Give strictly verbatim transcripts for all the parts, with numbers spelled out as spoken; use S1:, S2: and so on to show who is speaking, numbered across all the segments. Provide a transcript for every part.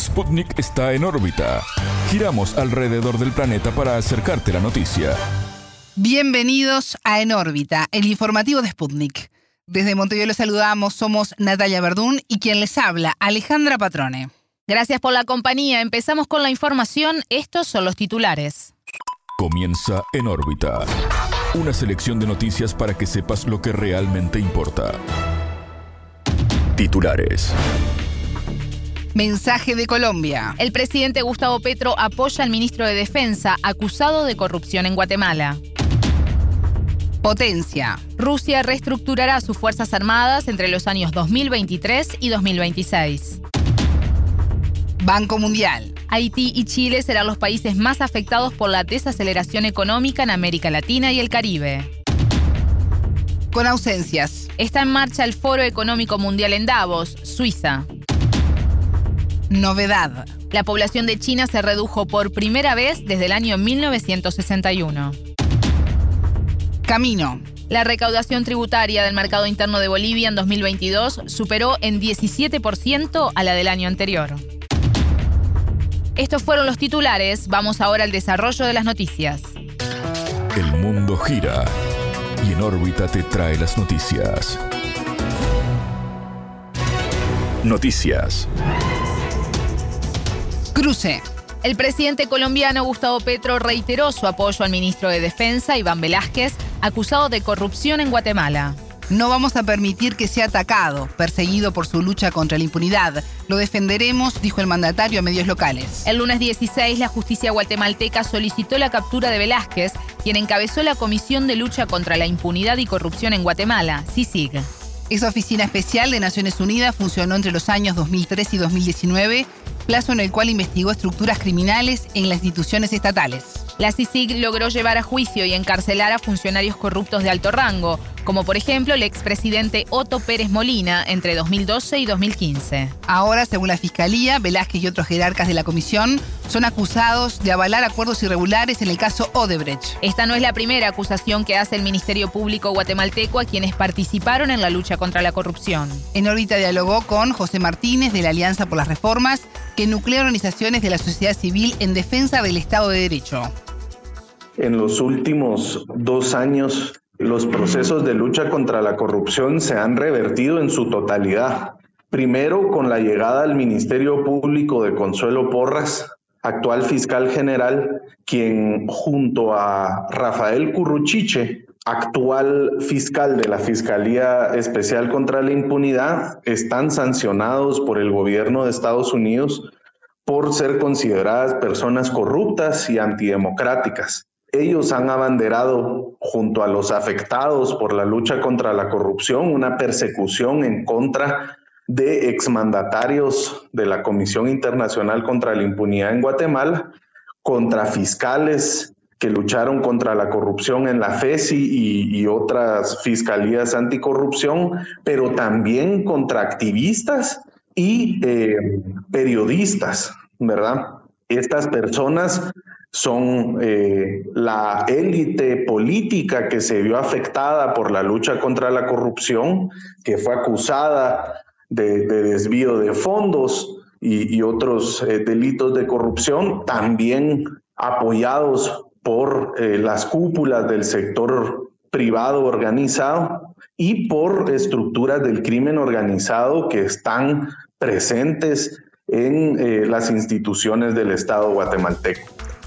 S1: Sputnik está en órbita. Giramos alrededor del planeta para acercarte la noticia.
S2: Bienvenidos a En órbita, el informativo de Sputnik. Desde Montevideo los saludamos, somos Natalia Verdún y quien les habla, Alejandra Patrone.
S3: Gracias por la compañía. Empezamos con la información. Estos son los titulares.
S1: Comienza En órbita. Una selección de noticias para que sepas lo que realmente importa. Titulares.
S2: Mensaje de Colombia.
S3: El presidente Gustavo Petro apoya al ministro de Defensa acusado de corrupción en Guatemala.
S2: Potencia.
S3: Rusia reestructurará sus fuerzas armadas entre los años dos mil veintitrés y dos mil veintiséis.
S2: Banco Mundial.
S3: Haití y Chile serán los países más afectados por la desaceleración económica en América Latina y el Caribe.
S2: Con ausencias.
S3: Está en marcha el Foro Económico Mundial en Davos, Suiza.
S2: Novedad.
S3: La población de China se redujo por primera vez desde el año mil novecientos sesenta y uno.
S2: Camino.
S3: La recaudación tributaria del mercado interno de Bolivia en dos mil veintidós superó en diecisiete por ciento a la del año anterior. Estos fueron los titulares. Vamos ahora al desarrollo de las noticias.
S1: El mundo gira y En órbita te trae las noticias. Noticias.
S2: Cruce.
S3: El presidente colombiano Gustavo Petro reiteró su apoyo al ministro de Defensa, Iván Velásquez, acusado de corrupción en Guatemala.
S2: No vamos a permitir que sea atacado, perseguido por su lucha contra la impunidad. Lo defenderemos, dijo el mandatario a medios locales.
S3: El lunes dieciséis, la justicia guatemalteca solicitó la captura de Velásquez, quien encabezó la Comisión de Lucha contra la Impunidad y Corrupción en Guatemala, C I C I G.
S2: Esa oficina especial de Naciones Unidas funcionó entre los años dos mil tres y dos mil diecinueve, plazo en el cual investigó estructuras criminales en las instituciones estatales.
S3: La C I C I G logró llevar a juicio y encarcelar a funcionarios corruptos de alto rango, como por ejemplo el expresidente Otto Pérez Molina entre dos mil doce y dos mil quince.
S2: Ahora, según la Fiscalía, Velásquez y otros jerarcas de la comisión son acusados de avalar acuerdos irregulares en el caso Odebrecht.
S3: Esta no es la primera acusación que hace el Ministerio Público guatemalteco a quienes participaron en la lucha contra la corrupción.
S2: En órbita dialogó con José Martínez de la Alianza por las Reformas, que nuclea organizaciones de la sociedad civil en defensa del Estado de Derecho.
S4: En los últimos dos años, los procesos de lucha contra la corrupción se han revertido en su totalidad. Primero, con la llegada al Ministerio Público de Consuelo Porras, actual fiscal general, quien junto a Rafael Curruchiche, actual fiscal de la Fiscalía Especial contra la Impunidad, están sancionados por el gobierno de Estados Unidos por ser consideradas personas corruptas y antidemocráticas. Ellos han abanderado, junto a los afectados por la lucha contra la corrupción, una persecución en contra de exmandatarios de la Comisión Internacional contra la Impunidad en Guatemala, contra fiscales que lucharon contra la corrupción en la F E S I y, y otras fiscalías anticorrupción, pero también contra activistas y eh, periodistas, ¿verdad? Estas personas son eh, la élite política que se vio afectada por la lucha contra la corrupción, que fue acusada de, de desvío de fondos y, y otros eh, delitos de corrupción, también apoyados por eh, las cúpulas del sector privado organizado y por estructuras del crimen organizado que están presentes en eh, las instituciones del Estado guatemalteco.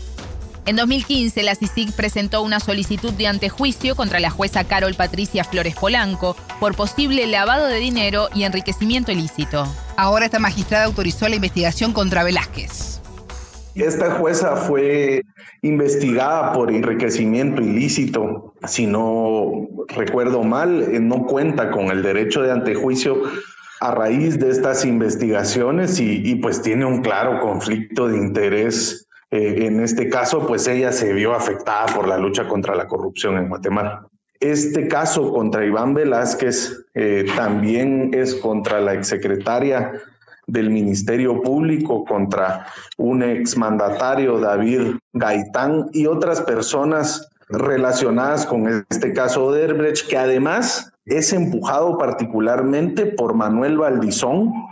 S3: En dos mil quince, la C I C I G presentó una solicitud de antejuicio contra la jueza Carol Patricia Flores Polanco por posible lavado de dinero y enriquecimiento ilícito.
S2: Ahora esta magistrada autorizó la investigación contra Velásquez.
S4: Esta jueza fue investigada por enriquecimiento ilícito. Si no recuerdo mal, no cuenta con el derecho de antejuicio a raíz de estas investigaciones y, y pues tiene un claro conflicto de interés. Eh, en este caso, pues ella se vio afectada por la lucha contra la corrupción en Guatemala. Este caso contra Iván Velásquez eh, también es contra la exsecretaria del Ministerio Público, contra un exmandatario, David Gaitán, y otras personas relacionadas con este caso Odebrecht, que además es empujado particularmente por Manuel Valdizón,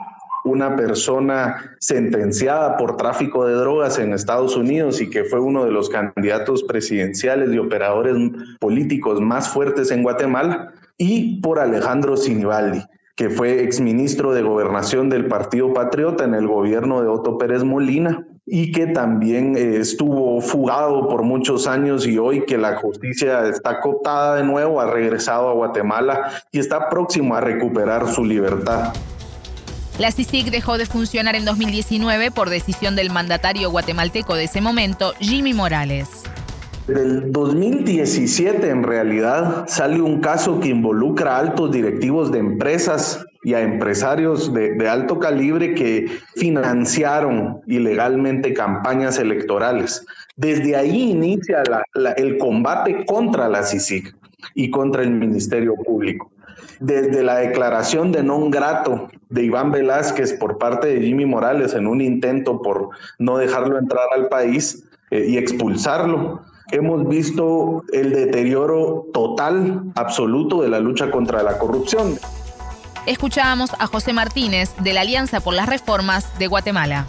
S4: una persona sentenciada por tráfico de drogas en Estados Unidos y que fue uno de los candidatos presidenciales y operadores políticos más fuertes en Guatemala, y por Alejandro Sinibaldi, que fue exministro de Gobernación del Partido Patriota en el gobierno de Otto Pérez Molina, y que también eh, estuvo fugado por muchos años y hoy que la justicia está cooptada de nuevo, ha regresado a Guatemala y está próximo a recuperar su libertad.
S3: La CICIG dejó de funcionar en dos mil diecinueve por decisión del mandatario guatemalteco de ese momento, Jimmy Morales.
S4: Del dos mil diecisiete, en realidad, sale un caso que involucra a altos directivos de empresas y a empresarios de, de alto calibre que financiaron ilegalmente campañas electorales. Desde ahí inicia la, la, el combate contra la CICIG y contra el Ministerio Público. Desde la declaración de non grato de Iván Velázquez por parte de Jimmy Morales en un intento por no dejarlo entrar al país eh, y expulsarlo, hemos visto el deterioro total, absoluto de la lucha contra la corrupción.
S3: Escuchábamos a José Martínez de la Alianza por las Reformas de Guatemala.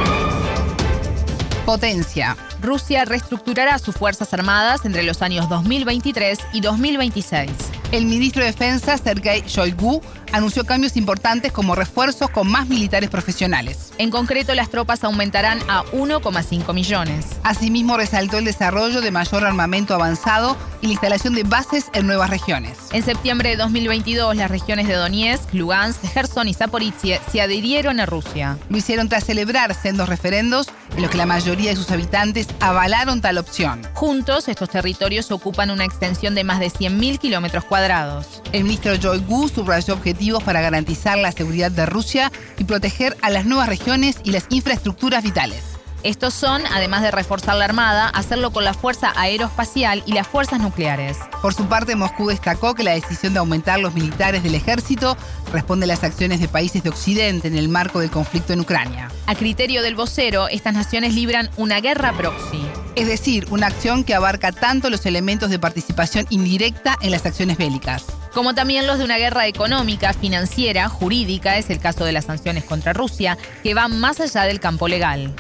S2: Potencia.
S3: Rusia reestructurará sus fuerzas armadas entre los años dos mil veintitrés y dos mil veintiséis.
S2: El ministro de Defensa, Sergei Shoigu, anunció cambios importantes como refuerzos con más militares profesionales.
S3: En concreto, las tropas aumentarán a uno coma cinco millones.
S2: Asimismo, resaltó el desarrollo de mayor armamento avanzado y la instalación de bases en nuevas regiones.
S3: En septiembre de dos mil veintidós, las regiones de Donetsk, Lugansk, Gerson y Zaporizhia se adhirieron a Rusia.
S2: Lo hicieron tras celebrar sendos referendos en los que la mayoría de sus habitantes avalaron tal opción.
S3: Juntos, estos territorios ocupan una extensión de más de cien mil kilómetros cuadrados.
S2: El ministro Shoigu subrayó objetivos para garantizar la seguridad de Rusia y proteger a las nuevas regiones y las infraestructuras vitales.
S3: Estos son, además de reforzar la armada, hacerlo con la fuerza aeroespacial y las fuerzas nucleares.
S2: Por su parte, Moscú destacó que la decisión de aumentar los militares del ejército responde a las acciones de países de Occidente en el marco del conflicto en Ucrania.
S3: A criterio del vocero, estas naciones libran una guerra proxy.
S2: Es decir, una acción que abarca tanto los elementos de participación indirecta en las acciones bélicas,
S3: como también los de una guerra económica, financiera, jurídica, es el caso de las sanciones contra Rusia, que van más allá del campo legal.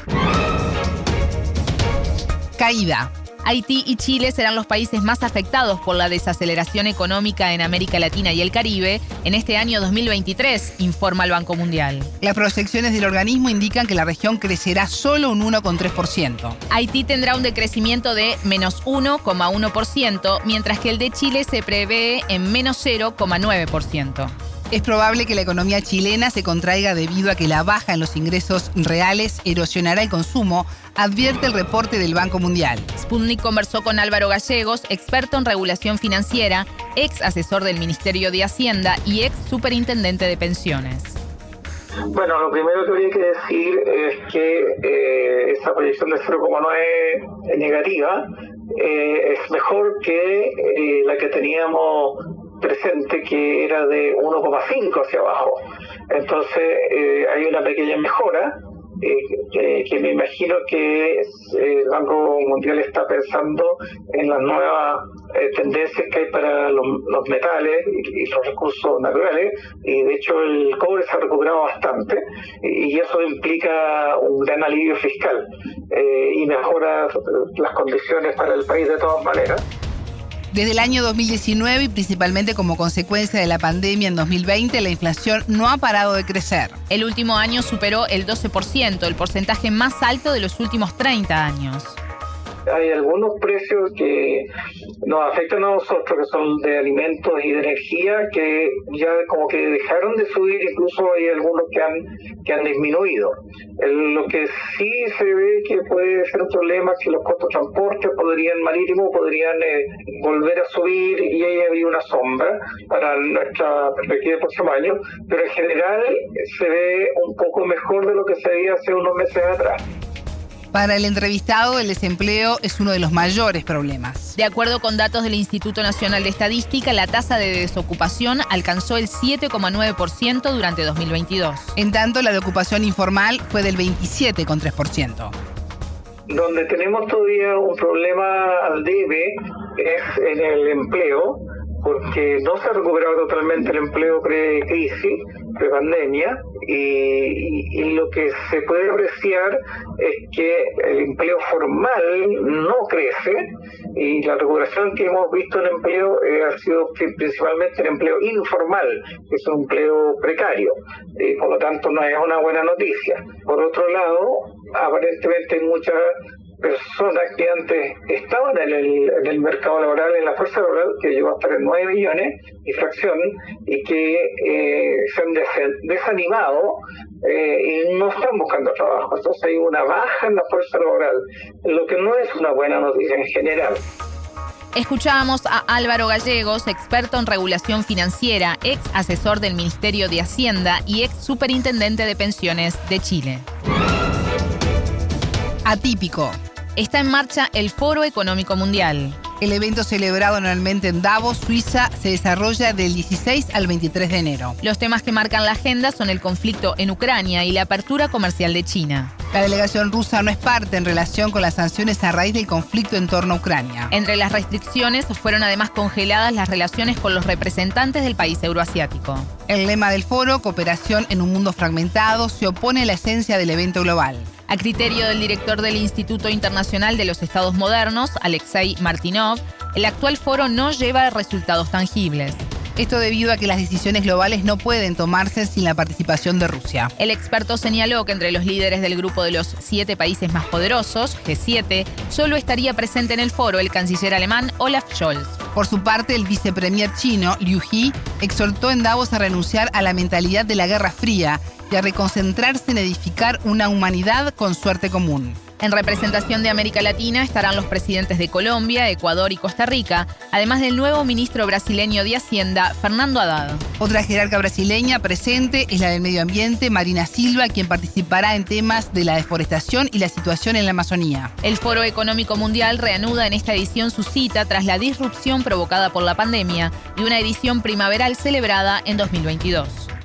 S2: Caída.
S3: Haití y Chile serán los países más afectados por la desaceleración económica en América Latina y el Caribe en este año dos mil veintitrés, informa el Banco Mundial.
S2: Las proyecciones del organismo indican que la región crecerá solo un uno coma tres por ciento.
S3: Haití tendrá un decrecimiento de menos uno coma uno por ciento, mientras que el de Chile se prevé en menos cero coma nueve por ciento.
S2: Es probable que la economía chilena se contraiga debido a que la baja en los ingresos reales erosionará el consumo, advierte el reporte del Banco Mundial.
S3: Sputnik conversó con Álvaro Gallegos, experto en regulación financiera, ex asesor del Ministerio de Hacienda y ex superintendente de pensiones.
S5: Bueno, lo primero que habría que decir es que eh, esa proyección de cero coma nueve es negativa, eh, es mejor que eh, la que teníamos presente, que era de uno coma cinco hacia abajo. Entonces eh, hay una pequeña mejora eh, que, que me imagino que eh, el Banco Mundial está pensando en las nuevas eh, tendencias que hay para los, los metales y, y los recursos naturales, y de hecho el cobre se ha recuperado bastante y, y eso implica un gran alivio fiscal eh, y mejora las condiciones para el país de todas maneras.
S2: Desde el año dos mil diecinueve y principalmente como consecuencia de la pandemia en dos mil veinte, la inflación no ha parado de crecer.
S3: El último año superó el doce por ciento, el porcentaje más alto de los últimos treinta años.
S5: Hay algunos precios que nos afectan a nosotros, que son de alimentos y de energía, que ya como que dejaron de subir, incluso hay algunos que han que han disminuido. El, lo que sí se ve que puede ser un problema es que los costos de transporte podrían, marítimo, podrían eh, volver a subir, y ahí habría una sombra para nuestra perspectiva del próximo año, pero en general se ve un poco mejor de lo que se veía hace unos meses atrás.
S2: Para el entrevistado, el desempleo es uno de los mayores problemas.
S3: De acuerdo con datos del Instituto Nacional de Estadística, la tasa de desocupación alcanzó el siete coma nueve por ciento durante dos mil veintidós.
S2: En tanto, la de ocupación informal fue del veintisiete coma tres por ciento.
S5: Donde tenemos todavía un problema al debe es en el empleo, porque no se ha recuperado totalmente el empleo pre-crisis, pre-pandemia, y, y, y lo que se puede apreciar es que el empleo formal no crece, y la recuperación que hemos visto en empleo eh, ha sido principalmente el empleo informal, que es un empleo precario, y por lo tanto no es una buena noticia. Por otro lado, aparentemente hay muchas personas que antes estaban en el, en el mercado laboral, en la fuerza laboral, que llegó a estar en nueve millones y fracción, y que eh, se han des- desanimado eh, y no están buscando trabajo. Entonces hay una baja en la fuerza laboral, lo que no es una buena noticia en general.
S3: Escuchábamos a Álvaro Gallegos, experto en regulación financiera, ex asesor del Ministerio de Hacienda y ex superintendente de pensiones de Chile.
S2: Atípico.
S3: Está en marcha el Foro Económico Mundial.
S2: El evento celebrado anualmente en Davos, Suiza, se desarrolla del dieciséis al veintitrés de enero.
S3: Los temas que marcan la agenda son el conflicto en Ucrania y la apertura comercial de China.
S2: La delegación rusa no es parte en relación con las sanciones a raíz del conflicto en torno a Ucrania.
S3: Entre las restricciones fueron además congeladas las relaciones con los representantes del país euroasiático.
S2: El lema del foro, cooperación en un mundo fragmentado, se opone a la esencia del evento global.
S3: A criterio del director del Instituto Internacional de los Estados Modernos, Alexei Martinov, el actual foro no lleva resultados tangibles.
S2: Esto debido a que las decisiones globales no pueden tomarse sin la participación de Rusia.
S3: El experto señaló que entre los líderes del grupo de los siete países más poderosos, G siete, solo estaría presente en el foro el canciller alemán Olaf Scholz.
S2: Por su parte, el vicepremier chino, Liu He, exhortó en Davos a renunciar a la mentalidad de la Guerra Fría y a reconcentrarse en edificar una humanidad con suerte común.
S3: En representación de América Latina estarán los presidentes de Colombia, Ecuador y Costa Rica, además del nuevo ministro brasileño de Hacienda, Fernando Haddad.
S2: Otra jerarca brasileña presente es la del Medio Ambiente, Marina Silva, quien participará en temas de la deforestación y la situación en la Amazonía.
S3: El Foro Económico Mundial reanuda en esta edición su cita tras la disrupción provocada por la pandemia y una edición primaveral celebrada en dos mil veintidós.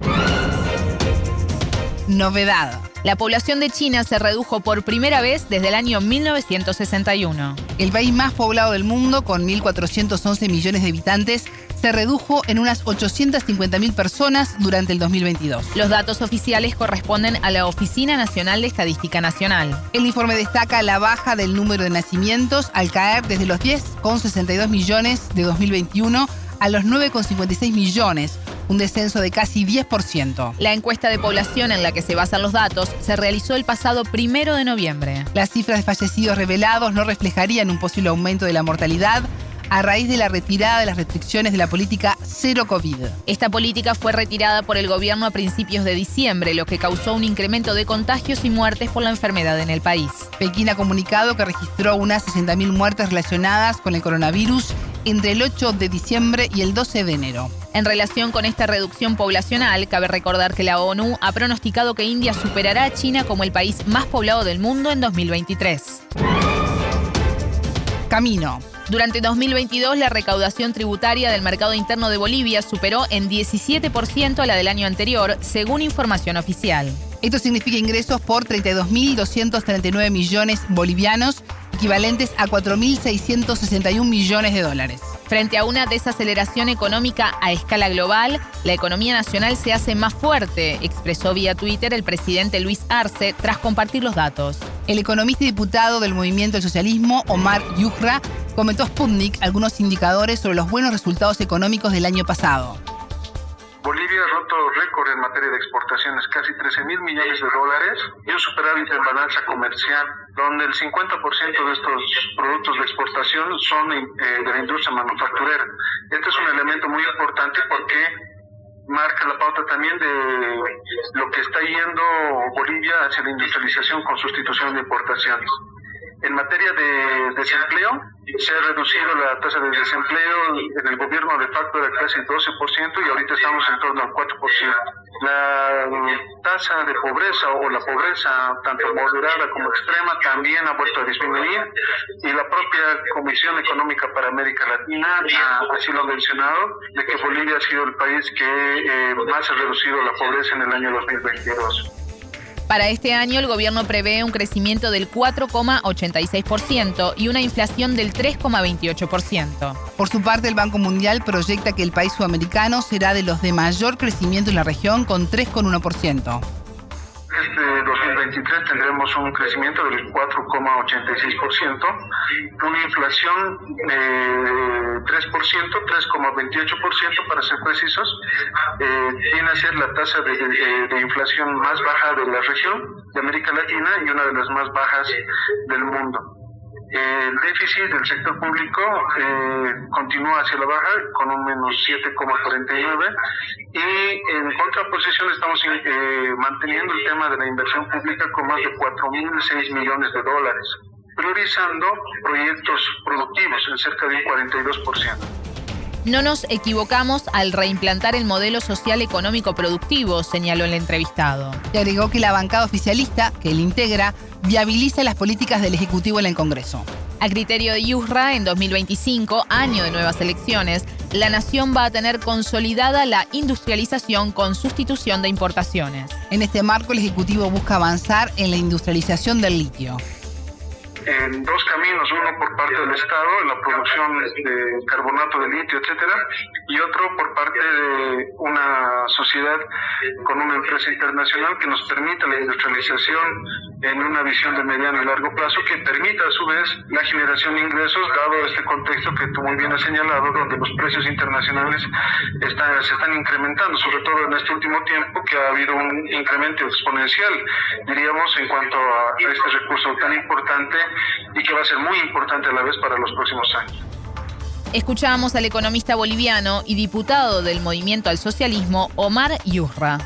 S2: Novedad.
S3: La población de China se redujo por primera vez desde el año mil novecientos sesenta y uno.
S2: El país más poblado del mundo, con mil cuatrocientos once millones de habitantes, se redujo en unas ochocientas cincuenta mil personas durante el dos mil veintidós.
S3: Los datos oficiales corresponden a la Oficina Nacional de Estadística Nacional.
S2: El informe destaca la baja del número de nacimientos al caer desde los diez coma sesenta y dos millones de dos mil veintiuno a los nueve coma cincuenta y seis millones, un descenso de casi diez por ciento.
S3: La encuesta de población en la que se basan los datos se realizó el pasado primero de noviembre.
S2: Las cifras de fallecidos revelados no reflejarían un posible aumento de la mortalidad a raíz de la retirada de las restricciones de la política cero COVID.
S3: Esta política fue retirada por el gobierno a principios de diciembre, lo que causó un incremento de contagios y muertes por la enfermedad en el país.
S2: Pekín ha comunicado que registró unas sesenta mil muertes relacionadas con el coronavirus entre el ocho de diciembre y el doce de enero.
S3: En relación con esta reducción poblacional, cabe recordar que la ONU ha pronosticado que India superará a China como el país más poblado del mundo en dos mil veintitrés.
S2: Camino.
S3: Durante dos mil veintidós, la recaudación tributaria del mercado interno de Bolivia superó en diecisiete por ciento a la del año anterior, según información oficial.
S2: Esto significa ingresos por treinta y dos mil doscientos treinta y nueve millones bolivianos, equivalentes a cuatro mil seiscientos sesenta y un millones de dólares.
S3: Frente a una desaceleración económica a escala global, la economía nacional se hace más fuerte, expresó vía Twitter el presidente Luis Arce tras compartir los datos.
S2: El economista y diputado del Movimiento del Socialismo, Omar Yujra, comentó a Sputnik algunos indicadores sobre los buenos resultados económicos del año pasado.
S6: Bolivia ha roto récord en materia de exportaciones, casi trece mil millones de dólares y un superávit en balanza comercial, donde el cincuenta por ciento de estos productos de exportación son eh, de la industria manufacturera. Este es un elemento muy importante porque marca la pauta también de lo que está yendo Bolivia hacia la industrialización con sustitución de importaciones. En materia de desempleo, se ha reducido la tasa de desempleo en el gobierno de facto era casi doce por ciento y ahorita estamos en torno al cuatro por ciento. La tasa de pobreza o la pobreza tanto moderada como extrema también ha vuelto a disminuir y la propia Comisión Económica para América Latina ha así lo ha mencionado, de que Bolivia ha sido el país que eh, más ha reducido la pobreza en el año dos mil veintidós.
S3: Para este año, el gobierno prevé un crecimiento del cuatro coma ochenta y seis por ciento y una inflación del tres coma veintiocho por ciento.
S2: Por su parte, el Banco Mundial proyecta que el país sudamericano será de los de mayor crecimiento en la región, con tres coma uno por ciento.
S6: Este dos mil veintitrés tendremos un crecimiento del cuatro coma ochenta y seis por ciento, una inflación de tres por ciento, tres coma veintiocho por ciento para ser precisos. Eh, viene a ser la tasa de, de, de inflación más baja de la región de América Latina y una de las más bajas del mundo. El déficit del sector público eh, continúa hacia la baja con un menos siete coma cuarenta y nueve y en contraposición estamos eh, manteniendo el tema de la inversión pública con más de cuatro mil seis millones de dólares, priorizando proyectos productivos en cerca de un cuarenta y dos por ciento.
S3: No nos equivocamos al reimplantar el modelo social económico productivo, señaló el entrevistado.
S2: Y agregó que la bancada oficialista, que él integra, viabiliza las políticas del Ejecutivo en el Congreso.
S3: A criterio de Yusra, en dos mil veinticinco, año de nuevas elecciones, la nación va a tener consolidada la industrialización con sustitución de importaciones.
S2: En este marco, el Ejecutivo busca avanzar en la industrialización del litio.
S6: En dos caminos, uno por parte del Estado, en la producción de carbonato de litio, etcétera, y otro por parte de una sociedad con una empresa internacional que nos permita la industrialización en una visión de mediano y largo plazo, que permita a su vez la generación de ingresos, dado este contexto que tú muy bien has señalado, donde los precios internacionales están, se están incrementando, sobre todo en este último tiempo, que ha habido un incremento exponencial, diríamos, en cuanto a este recurso tan importante y que va a ser muy importante a la vez para los próximos años.
S3: Escuchamos al economista boliviano y diputado del Movimiento al Socialismo, Omar Yusra.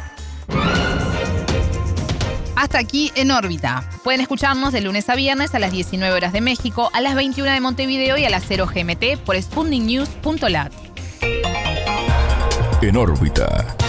S2: Hasta aquí En órbita.
S3: Pueden escucharnos de lunes a viernes a las diecinueve horas de México, a las veintiuna de Montevideo y a las cero G M T por sputnik news punto lat.
S1: En órbita.